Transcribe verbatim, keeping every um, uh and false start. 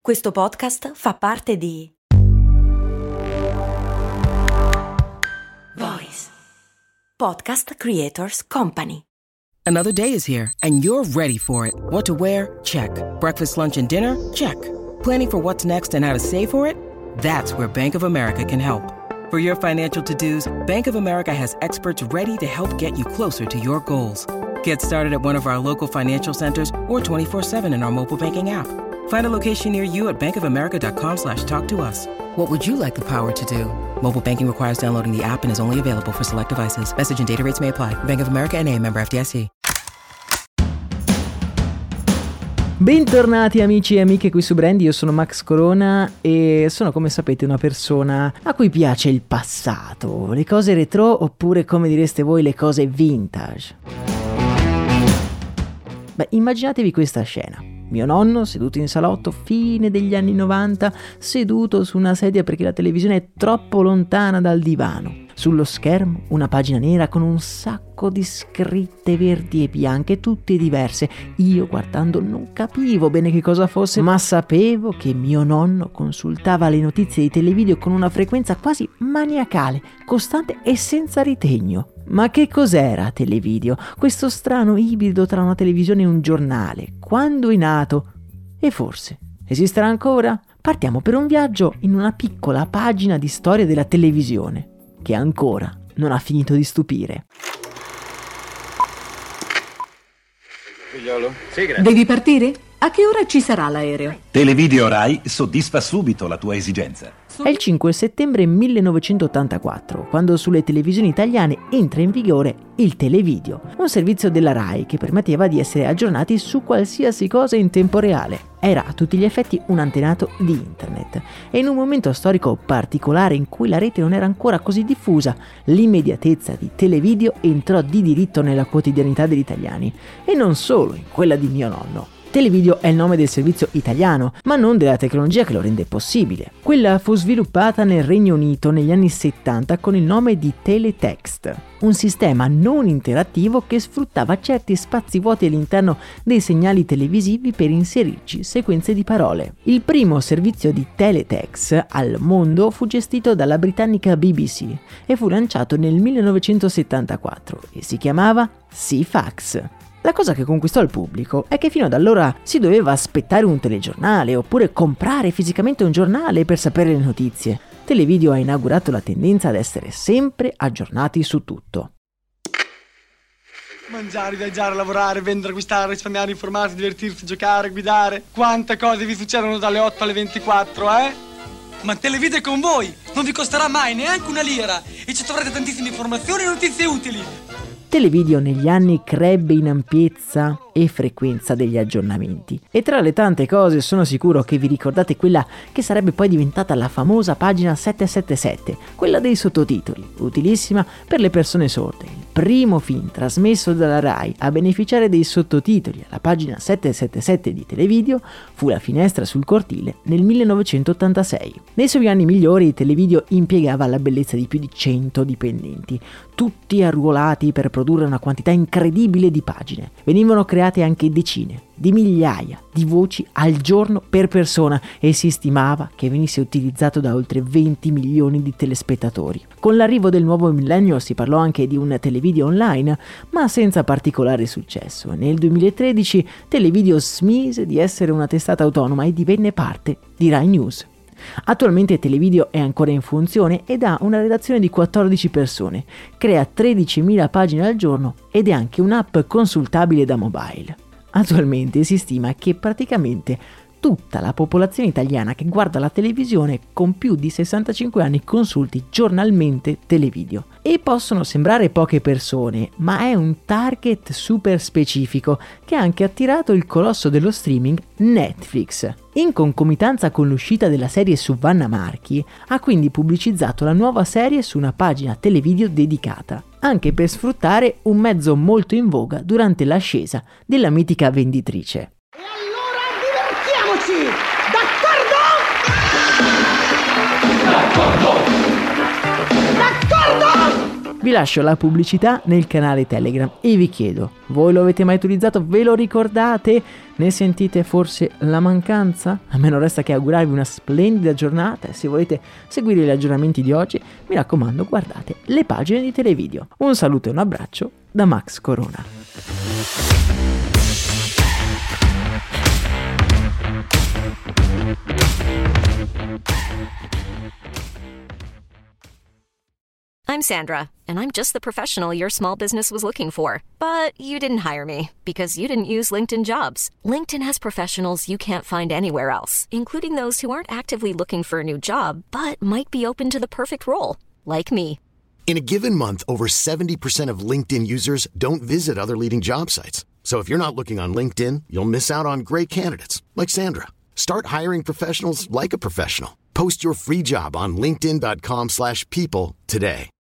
Questo podcast fa parte di Voice Podcast Creators Company. Another day is here, and you're ready for it. What to wear? Check. Breakfast, lunch, and dinner? Check. Planning for what's next and how to save for it? That's where Bank of America can help. For your financial to-dos, Bank of America has experts ready to help get you closer to your goals. Get started at one of our local financial centers or twenty-four seven in our mobile banking app. Find a location near you at bankofamerica.com slash talk to us. What would you like the power to do? Mobile banking requires downloading the app and is only available for select devices. Message and data rates may apply. Bank of America N A, member F D I C. Bentornati amici e amiche qui su Brandy, io sono Max Corona e sono, come sapete, una persona a cui piace il passato, le cose retro oppure, come direste voi, le cose vintage. Beh, immaginatevi questa scena. Mio nonno seduto in salotto, fine degli anni novanta, seduto su una sedia perché la televisione è troppo lontana dal divano. Sullo schermo una pagina nera con un sacco di scritte verdi e bianche, tutte diverse. Io guardando non capivo bene che cosa fosse, ma sapevo che mio nonno consultava le notizie di televideo con una frequenza quasi maniacale, costante e senza ritegno. Ma che cos'era televideo? Questo strano ibrido tra una televisione e un giornale. Quando è nato? E forse esisterà ancora? Partiamo per un viaggio in una piccola pagina di storia della televisione, che ancora non ha finito di stupire. Figliolo? Sì, grazie. Devi partire? A che ora ci sarà l'aereo? Televideo Rai soddisfa subito la tua esigenza. È il cinque settembre millenovecentottantaquattro, quando sulle televisioni italiane entra in vigore il televideo, un servizio della Rai che permetteva di essere aggiornati su qualsiasi cosa in tempo reale. Era a tutti gli effetti un antenato di internet e in un momento storico particolare in cui la rete non era ancora così diffusa, l'immediatezza di televideo entrò di diritto nella quotidianità degli italiani e non solo in quella di mio nonno. Televideo è il nome del servizio italiano, ma non della tecnologia che lo rende possibile. Quella fu sviluppata nel Regno Unito negli anni settanta con il nome di Teletext, un sistema non interattivo che sfruttava certi spazi vuoti all'interno dei segnali televisivi per inserirci sequenze di parole. Il primo servizio di Teletext al mondo fu gestito dalla britannica B B C e fu lanciato nel millenovecentosettantaquattro e si chiamava Ceefax. La cosa che conquistò il pubblico è che fino ad allora si doveva aspettare un telegiornale oppure comprare fisicamente un giornale per sapere le notizie. Televideo ha inaugurato la tendenza ad essere sempre aggiornati su tutto. Mangiare, viaggiare, lavorare, vendere, acquistare, risparmiare, informarsi, divertirsi, giocare, guidare. Quante cose vi succedono dalle otto alle ventiquattro, eh? Ma Televideo è con voi! Non vi costerà mai neanche una lira e ci troverete tantissime informazioni e notizie utili. Televideo negli anni crebbe in ampiezza e frequenza degli aggiornamenti e tra le tante cose sono sicuro che vi ricordate quella che sarebbe poi diventata la famosa pagina settecentosettantasette, quella dei sottotitoli, utilissima per le persone sorde. Il primo film trasmesso dalla Rai a beneficiare dei sottotitoli alla pagina settecentosettantasette di Televideo fu La finestra sul cortile nel millenovecentottantasei. Nei suoi anni migliori Televideo impiegava la bellezza di più di cento dipendenti, tutti arruolati per produrre una quantità incredibile di pagine. Venivano create anche decine di migliaia di voci al giorno per persona e si stimava che venisse utilizzato da oltre venti milioni di telespettatori. Con l'arrivo del nuovo millennio si parlò anche di un televideo online, ma senza particolare successo. Nel duemilatredici Televideo smise di essere una testata autonoma e divenne parte di Rai News. Attualmente Televideo è ancora in funzione ed ha una redazione di quattordici persone, crea tredicimila pagine al giorno ed è anche un'app consultabile da mobile. Attualmente si stima che praticamente tutta la popolazione italiana che guarda la televisione con più di sessantacinque anni consulti giornalmente Televideo. E possono sembrare poche persone, ma è un target super specifico che ha anche attirato il colosso dello streaming Netflix. In concomitanza con l'uscita della serie su Vanna Marchi, ha quindi pubblicizzato la nuova serie su una pagina Televideo dedicata, anche per sfruttare un mezzo molto in voga durante l'ascesa della mitica venditrice. E allora divertiamoci! D'accordo? D'accordo! D'accordo! Vi lascio la pubblicità nel canale Telegram e vi chiedo, voi lo avete mai utilizzato? Ve lo ricordate? Ne sentite forse la mancanza? A me non resta che augurarvi una splendida giornata e se volete seguire gli aggiornamenti di oggi, mi raccomando, guardate le pagine di Televideo. Un saluto e un abbraccio da Max Corona. I'm Sandra, and I'm just the professional your small business was looking for. But you didn't hire me because you didn't use LinkedIn Jobs. LinkedIn has professionals you can't find anywhere else, including those who aren't actively looking for a new job, but might be open to the perfect role, like me. In a given month, over seventy percent of LinkedIn users don't visit other leading job sites. So if you're not looking on LinkedIn, you'll miss out on great candidates like Sandra. Start hiring professionals like a professional. Post your free job on linkedin dot com slash people today.